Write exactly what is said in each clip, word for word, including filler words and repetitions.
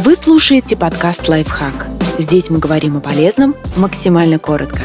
Вы слушаете подкаст «Лайфхак». Здесь мы говорим о полезном максимально коротко.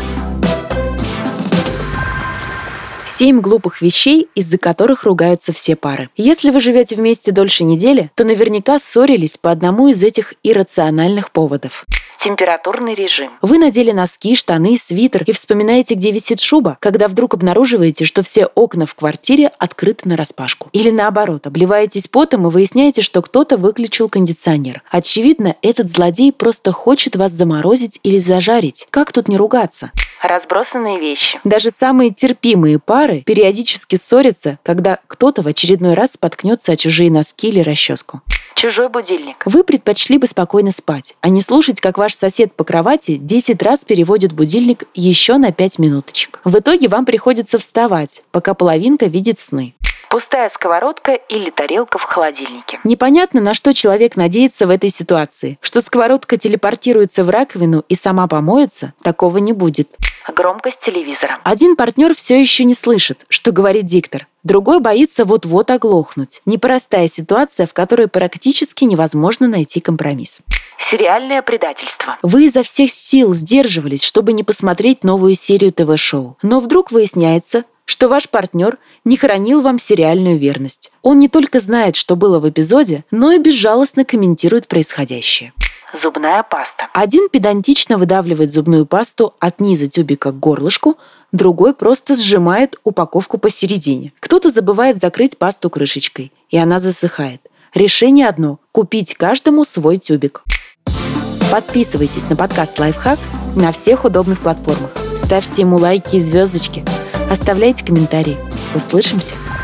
Семь глупых вещей, из-за которых ругаются все пары. Если вы живете вместе дольше недели, то наверняка ссорились по одному из этих иррациональных поводов. Температурный режим. Вы надели носки, штаны, свитер и вспоминаете, где висит шуба, когда вдруг обнаруживаете, что все окна в квартире открыты нараспашку. Или наоборот, обливаетесь потом и выясняете, что кто-то выключил кондиционер. Очевидно, этот злодей просто хочет вас заморозить или зажарить. Как тут не ругаться? Разбросанные вещи. Даже самые терпимые пары периодически ссорятся, когда кто-то в очередной раз споткнется о чужие носки или расческу. Чужой будильник. Вы предпочли бы спокойно спать, а не слушать, как ваш сосед по кровати десять раз переводит будильник еще на пять минуточек. В итоге вам приходится вставать, пока половинка видит сны. Пустая сковородка или тарелка в холодильнике. Непонятно, на что человек надеется в этой ситуации. Что сковородка телепортируется в раковину и сама помоется? Такого не будет. Громкость телевизора. Один партнер все еще не слышит, что говорит диктор. Другой боится вот-вот оглохнуть. Непростая ситуация, в которой практически невозможно найти компромисс. Сериальное предательство. Вы изо всех сил сдерживались, чтобы не посмотреть новую серию ТВ-шоу. Но вдруг выясняется, что ваш партнер не хранил вам сериальную верность. Он не только знает, что было в эпизоде, но и безжалостно комментирует происходящее. Зубная паста. Один педантично выдавливает зубную пасту от низа тюбика к горлышку, другой просто сжимает упаковку посередине. Кто-то забывает закрыть пасту крышечкой, и она засыхает. Решение одно – купить каждому свой тюбик. Подписывайтесь на подкаст «Лайфхак» на всех удобных платформах. Ставьте ему лайки и звездочки. Оставляйте комментарии. Услышимся!